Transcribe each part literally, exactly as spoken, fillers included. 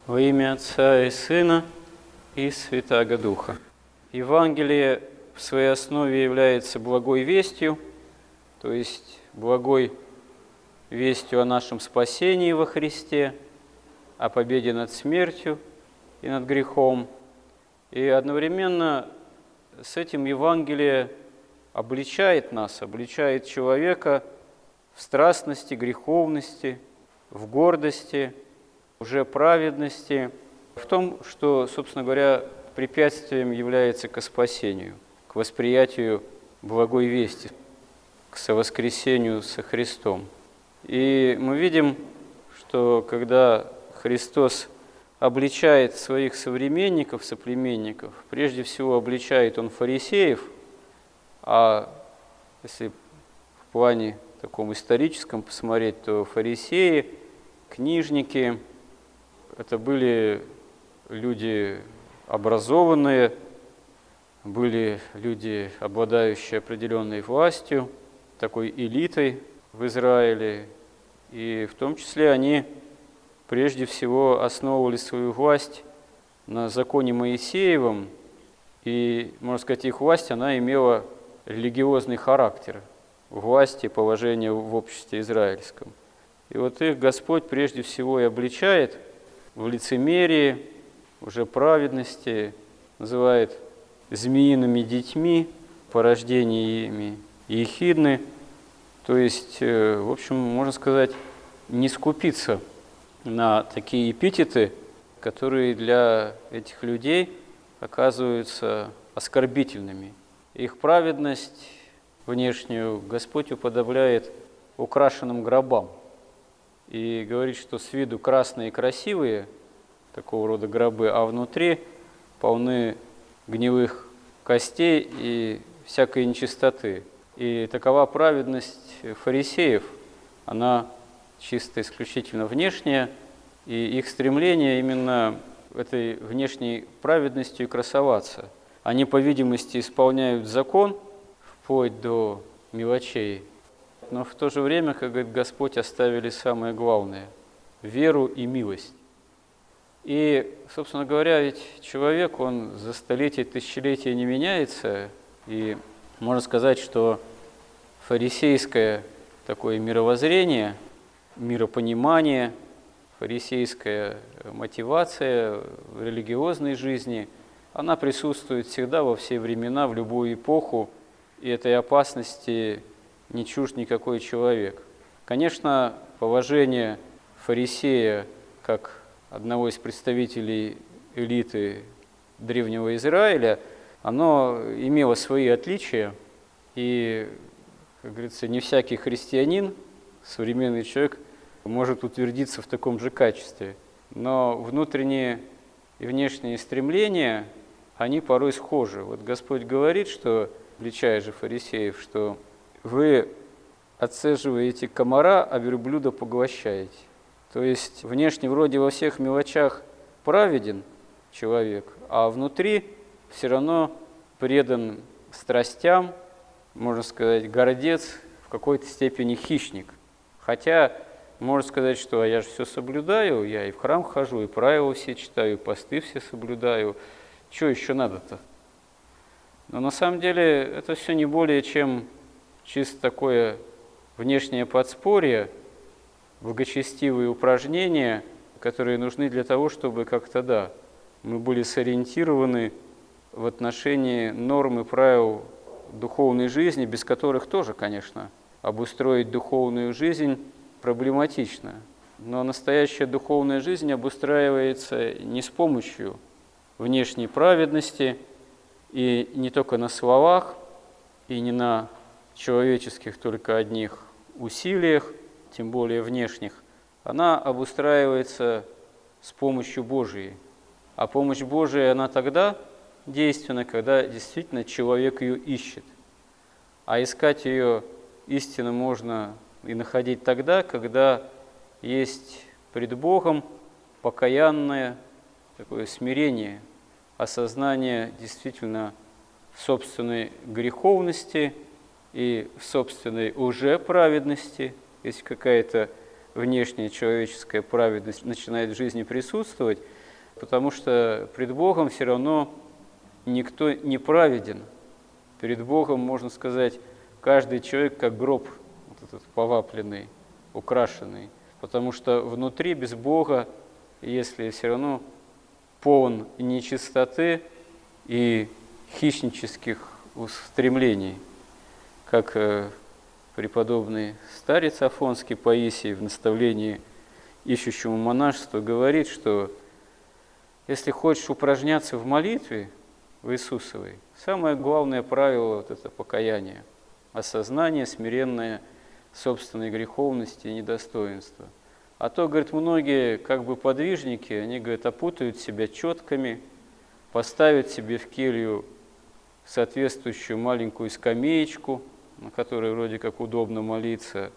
Во имя Отца и Сына и Святаго Духа. Евангелие в своей основе является благой вестью, то есть благой вестью о нашем спасении во Христе, о победе над смертью и над грехом. И одновременно с этим Евангелие обличает нас, обличает человека в страстности, греховности, в гордости, уже праведности, в том, что, собственно говоря, препятствием является к спасению, к восприятию благой вести, к совоскресению со Христом. И мы видим, что когда Христос обличает своих современников, соплеменников, прежде всего обличает Он фарисеев, а если в плане таком историческом посмотреть, то фарисеи, книжники, это были люди образованные, были люди, обладающие определенной властью, такой элитой в Израиле, и в том числе они прежде всего основывали свою власть на законе Моисеевом, и, можно сказать, их власть, она имела религиозный характер, власти, положение в обществе израильском. И вот их Господь прежде всего и обличает в лицемерии, уже праведности, называет змеиными детьми, порождениями ехидны, то есть, в общем, можно сказать, не скупиться на такие эпитеты, которые для этих людей оказываются оскорбительными. Их праведность внешнюю Господь уподобляет украшенным гробам и говорит, что с виду красные и красивые такого рода гробы, а внутри полны гнилых костей и всякой нечистоты. И такова праведность фарисеев, она чисто исключительно внешняя, и их стремление именно этой внешней праведностью и красоваться. Они, по видимости, исполняют закон вплоть до мелочей, но в то же время, как говорит Господь, оставили самое главное – веру и милость. И, собственно говоря, ведь человек, он за столетия, тысячелетия не меняется, и можно сказать, что фарисейское такое мировоззрение, миропонимание, фарисейская мотивация в религиозной жизни, она присутствует всегда, во все времена, в любую эпоху, и этой опасности не чужд никакой человек. Конечно, положение фарисея как одного из представителей элиты древнего Израиля, оно имело свои отличия, и, как говорится, не всякий христианин, современный человек, может утвердиться в таком же качестве. Но внутренние и внешние стремления, они порой схожи. Вот Господь говорит, что, обличая же фарисеев, что вы отцеживаете комара, а верблюда поглощаете. То есть внешне вроде во всех мелочах праведен человек, а внутри все равно предан страстям, можно сказать, гордец, в какой-то степени хищник. Хотя можно сказать, что я же все соблюдаю, я и в храм хожу, и правила все читаю, и посты все соблюдаю. Что еще надо-то? Но на самом деле это все не более чем чисто такое внешнее подспорье, благочестивые упражнения, которые нужны для того, чтобы как-то, да, мы были сориентированы в отношении норм и правил духовной жизни, без которых тоже, конечно, обустроить духовную жизнь проблематично. Но настоящая духовная жизнь обустраивается не с помощью внешней праведности, и не только на словах, и не на человеческих только одних усилиях, тем более внешних, она обустраивается с помощью Божией. А помощь Божия, она тогда действенна, когда действительно человек ее ищет. А искать ее истинно можно и находить тогда, когда есть пред Богом покаянное такое смирение, осознание действительно собственной греховности и собственной лжеправедности, если какая-то внешняя человеческая праведность начинает в жизни присутствовать, потому что пред Богом все равно никто не праведен. Перед Богом, можно сказать, каждый человек как гроб вот этот повапленный, украшенный, потому что внутри без Бога, если все равно полон нечистоты и хищнических устремлений, как преподобный старец Афонский Паисий в наставлении ищущему монашеству говорит, что если хочешь упражняться в молитве в Иисусовой, самое главное правило вот это покаяние, осознание смиренное собственной греховности и недостоинства. А то, говорит, многие как бы подвижники, они, говорит, опутают себя четками, поставят себе в келью соответствующую маленькую скамеечку, на которой вроде как удобно молиться,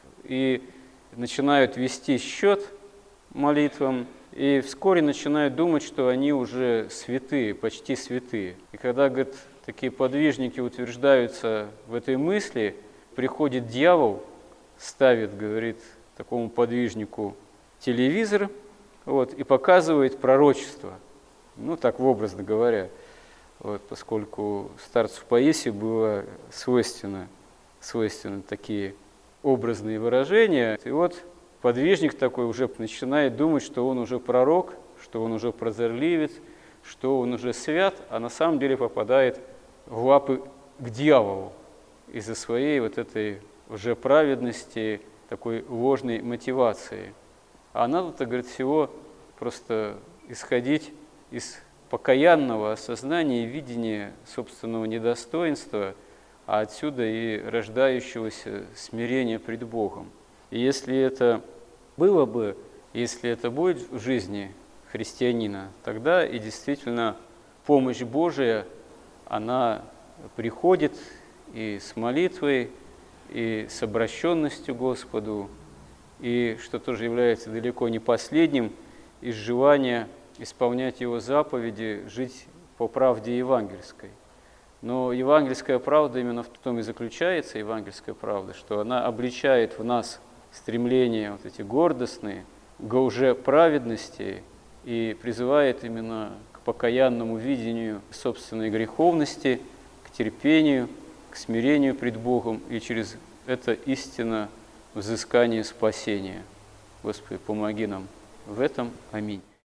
и начинают вести счет молитвам, и вскоре начинают думать, что они уже святые, почти святые. И когда, говорит, такие подвижники утверждаются в этой мысли, приходит дьявол, ставит, говорит, такому подвижнику телевизор, вот, и показывает пророчество, ну так образно говоря. Вот, поскольку старцу Паисию было свойственно, свойственно такие образные выражения. И вот подвижник такой уже начинает думать, что он уже пророк, что он уже прозорливец, что он уже свят, а на самом деле попадает в лапы к дьяволу из-за своей вот этой уже праведности, такой ложной мотивации. А надо-то, говорит, всего просто исходить из покаянного осознания и видения собственного недостоинства, а отсюда и рождающегося смирения пред Богом. И если это было бы, если это будет в жизни христианина, тогда и действительно помощь Божия, она приходит и с молитвой, и с обращенностью к Господу, и, что тоже является далеко не последним, из желания исполнять Его заповеди, жить по правде евангельской. Но евангельская правда именно в том и заключается, евангельская правда, что она обличает в нас стремления вот эти гордостные к уже праведности и призывает именно к покаянному видению собственной греховности, к терпению, к смирению пред Богом и через это истинно взыскание спасения. Господи, помоги нам в этом. Аминь.